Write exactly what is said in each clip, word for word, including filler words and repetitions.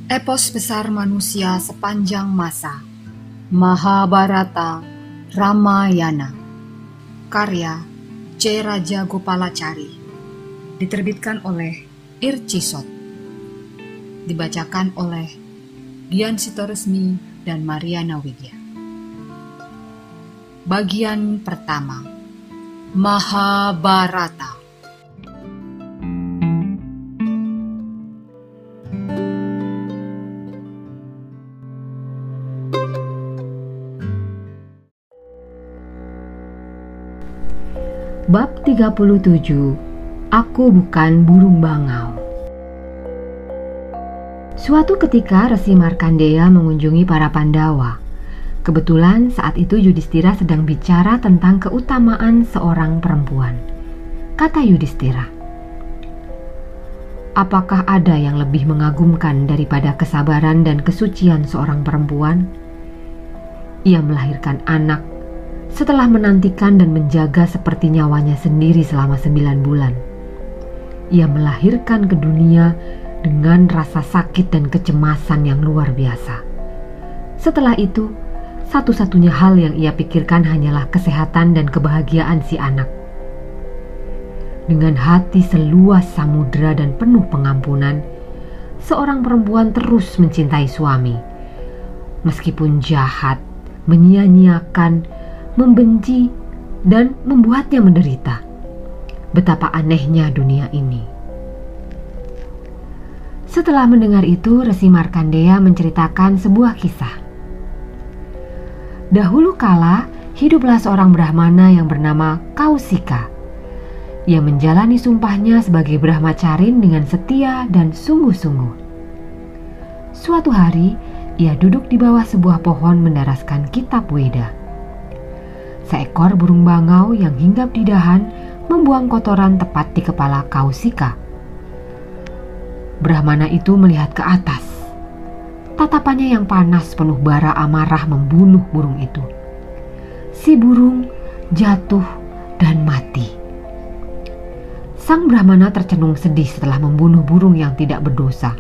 Epos besar manusia sepanjang masa, Mahabharata Ramayana, karya C. Raja Gopalachari, diterbitkan oleh Ircisot, dibacakan oleh Dian Sitoresmi dan Mariana Widya. Bagian pertama, Mahabharata. Bab tiga puluh tujuh. Aku bukan burung bangau. Suatu ketika Resi Markandeya mengunjungi para Pandawa. Kebetulan saat itu Yudhistira sedang bicara tentang keutamaan seorang perempuan. Kata Yudhistira, "Apakah ada yang lebih mengagumkan daripada kesabaran dan kesucian seorang perempuan? Ia melahirkan anak setelah menantikan dan menjaga seperti nyawanya sendiri selama sembilan bulan. Ia melahirkan ke dunia dengan rasa sakit dan kecemasan yang luar biasa. Setelah itu, satu-satunya hal yang ia pikirkan hanyalah kesehatan dan kebahagiaan si anak. Dengan hati seluas samudera dan penuh pengampunan, seorang perempuan terus mencintai suami. Meskipun jahat, menyia-nyiakan, membenci, dan membuatnya menderita. Betapa anehnya dunia ini." Setelah mendengar itu, Resi Markandeya menceritakan sebuah kisah. Dahulu kala, hiduplah seorang Brahmana yang bernama Kausika. Ia menjalani sumpahnya sebagai Brahmacarin dengan setia dan sungguh-sungguh. Suatu hari, ia duduk di bawah sebuah pohon mendaraskan kitab Weda. Seekor burung bangau yang hinggap di dahan membuang kotoran tepat di kepala Kausika. Brahmana itu melihat ke atas. Tatapannya yang panas penuh bara amarah membunuh burung itu. Si burung jatuh dan mati. Sang Brahmana tercenung sedih setelah membunuh burung yang tidak berdosa.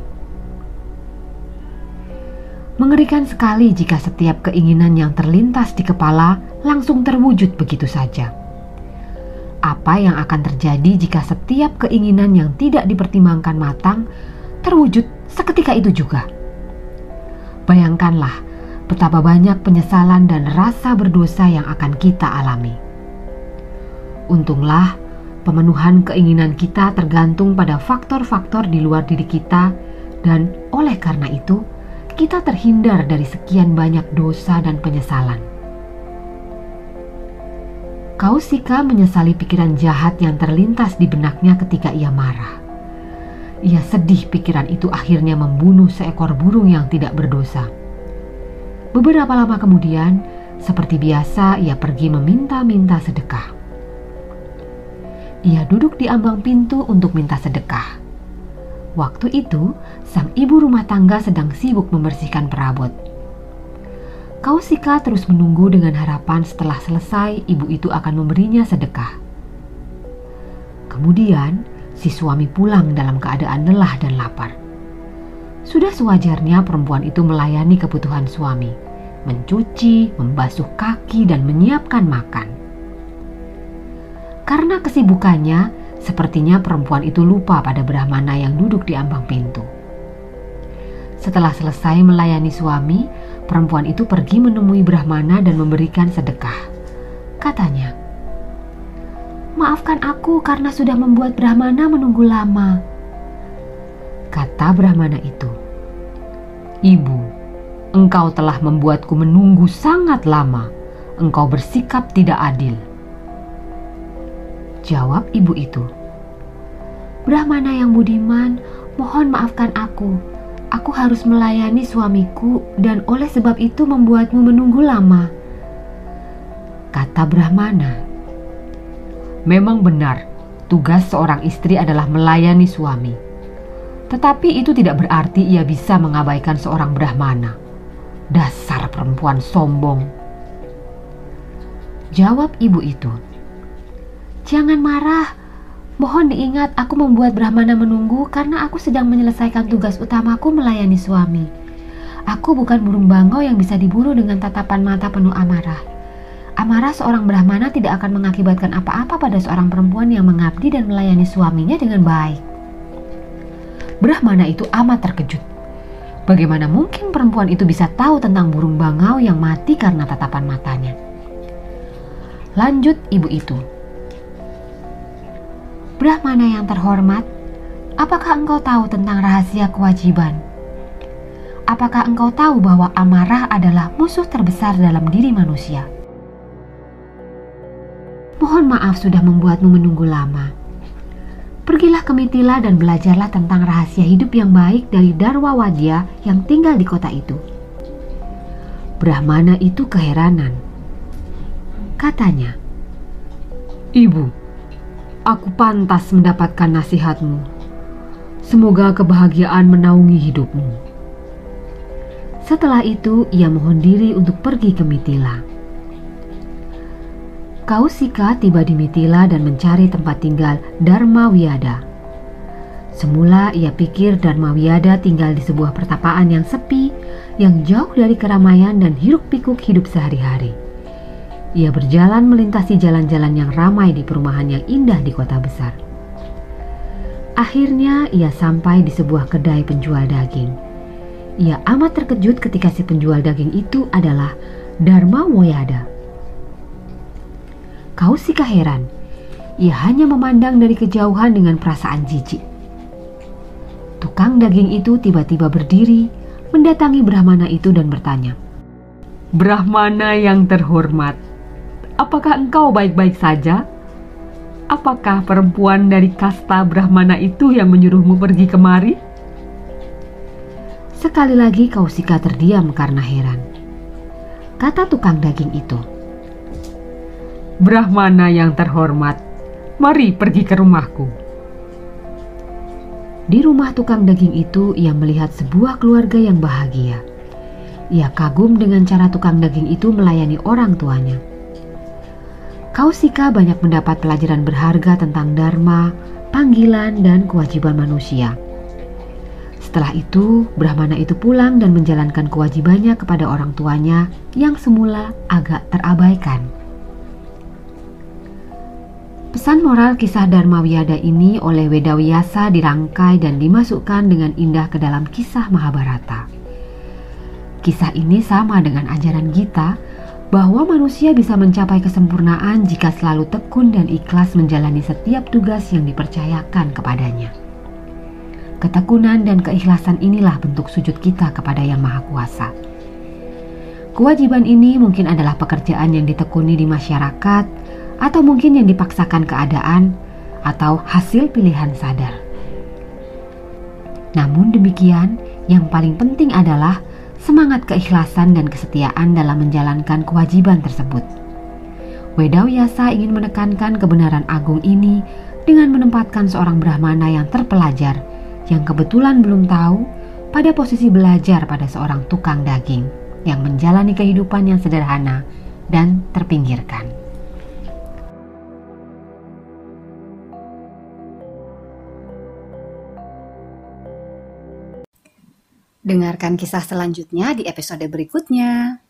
Mengerikan sekali jika setiap keinginan yang terlintas di kepala langsung terwujud begitu saja. Apa yang akan terjadi jika setiap keinginan yang tidak dipertimbangkan matang terwujud seketika itu juga? Bayangkanlah betapa banyak penyesalan dan rasa berdosa yang akan kita alami. Untunglah pemenuhan keinginan kita tergantung pada faktor-faktor di luar diri kita, dan oleh karena itu kita terhindar dari sekian banyak dosa dan penyesalan. Kausika menyesali pikiran jahat yang terlintas di benaknya ketika ia marah. Ia sedih pikiran itu akhirnya membunuh seekor burung yang tidak berdosa. Beberapa lama kemudian, seperti biasa, ia pergi meminta-minta sedekah. Ia duduk di ambang pintu untuk minta sedekah. Waktu itu, sang ibu rumah tangga sedang sibuk membersihkan perabot. Kausika terus menunggu dengan harapan setelah selesai ibu itu akan memberinya sedekah. Kemudian, si suami pulang dalam keadaan lelah dan lapar. Sudah sewajarnya perempuan itu melayani kebutuhan suami, mencuci, membasuh kaki, dan menyiapkan makan. Karena kesibukannya, sepertinya perempuan itu lupa pada Brahmana yang duduk di ambang pintu. Setelah selesai melayani suami, perempuan itu pergi menemui Brahmana dan memberikan sedekah. Katanya, "Maafkan aku karena sudah membuat Brahmana menunggu lama." Kata Brahmana itu, "Ibu, engkau telah membuatku menunggu sangat lama. Engkau bersikap tidak adil." Jawab ibu itu, "Brahmana yang budiman, mohon maafkan aku. Aku harus melayani suamiku dan oleh sebab itu membuatmu menunggu lama." Kata Brahmana, "Memang benar, tugas seorang istri adalah melayani suami. Tetapi itu tidak berarti ia bisa mengabaikan seorang Brahmana. Dasar perempuan sombong." Jawab ibu itu, "Jangan marah. Mohon diingat aku membuat Brahmana menunggu karena aku sedang menyelesaikan tugas utamaku melayani suami. Aku bukan burung bangau yang bisa diburu dengan tatapan mata penuh amarah. Amarah seorang Brahmana tidak akan mengakibatkan apa-apa pada seorang perempuan yang mengabdi dan melayani suaminya dengan baik. Brahmana itu amat terkejut. Bagaimana mungkin perempuan itu bisa tahu tentang burung bangau yang mati karena tatapan matanya? Lanjut ibu itu. Brahmana yang terhormat, apakah engkau tahu tentang rahasia kewajiban? Apakah engkau tahu bahwa amarah adalah musuh terbesar dalam diri manusia? Mohon maaf sudah membuatmu menunggu lama. Pergilah ke Mithila dan belajarlah tentang rahasia hidup yang baik dari Darwawadya yang tinggal di kota itu. Brahmana itu keheranan. Katanya, Ibu, aku pantas mendapatkan nasihatmu. Semoga kebahagiaan menaungi hidupmu. Setelah itu, ia mohon diri untuk pergi ke Mithila. Kausika tiba di Mithila dan mencari tempat tinggal Dharmawiyada. Semula ia pikir Dharmawiyada tinggal di sebuah pertapaan yang sepi, yang jauh dari keramaian dan hiruk-pikuk hidup sehari-hari. Ia berjalan melintasi jalan-jalan yang ramai di perumahan yang indah di kota besar. Akhirnya ia sampai di sebuah kedai penjual daging. Ia amat terkejut ketika si penjual daging itu adalah Dharmawiyada. Kausika heran. Ia hanya memandang dari kejauhan dengan perasaan jijik. Tukang daging itu tiba-tiba berdiri, mendatangi Brahmana itu dan bertanya, Brahmana yang terhormat, apakah engkau baik-baik saja? Apakah perempuan dari kasta Brahmana itu yang menyuruhmu pergi kemari? Sekali lagi Kausika terdiam karena heran. Kata tukang daging itu, Brahmana yang terhormat, mari pergi ke rumahku. Di rumah tukang daging itu ia melihat sebuah keluarga yang bahagia. Ia kagum dengan cara tukang daging itu melayani orang tuanya. Kausika banyak mendapat pelajaran berharga tentang dharma, panggilan, dan kewajiban manusia. Setelah itu, Brahmana itu pulang dan menjalankan kewajibannya kepada orang tuanya yang semula agak terabaikan. Pesan moral kisah Dharmawiyada ini oleh Wedawyasa dirangkai dan dimasukkan dengan indah ke dalam kisah Mahabharata. Kisah ini sama dengan ajaran Gita bahwa manusia bisa mencapai kesempurnaan jika selalu tekun dan ikhlas menjalani setiap tugas yang dipercayakan kepadanya. Ketekunan dan keikhlasan inilah bentuk sujud kita kepada Yang Maha Kuasa. Kewajiban ini mungkin adalah pekerjaan yang ditekuni di masyarakat, atau mungkin yang dipaksakan keadaan, atau hasil pilihan sadar. Namun demikian, yang paling penting adalah semangat keikhlasan dan kesetiaan dalam menjalankan kewajiban tersebut. Wedawyasa ingin menekankan kebenaran agung ini dengan menempatkan seorang Brahmana yang terpelajar, yang kebetulan belum tahu, pada posisi belajar pada seorang tukang daging yang menjalani kehidupan yang sederhana dan terpinggirkan. Dengarkan kisah selanjutnya di episode berikutnya.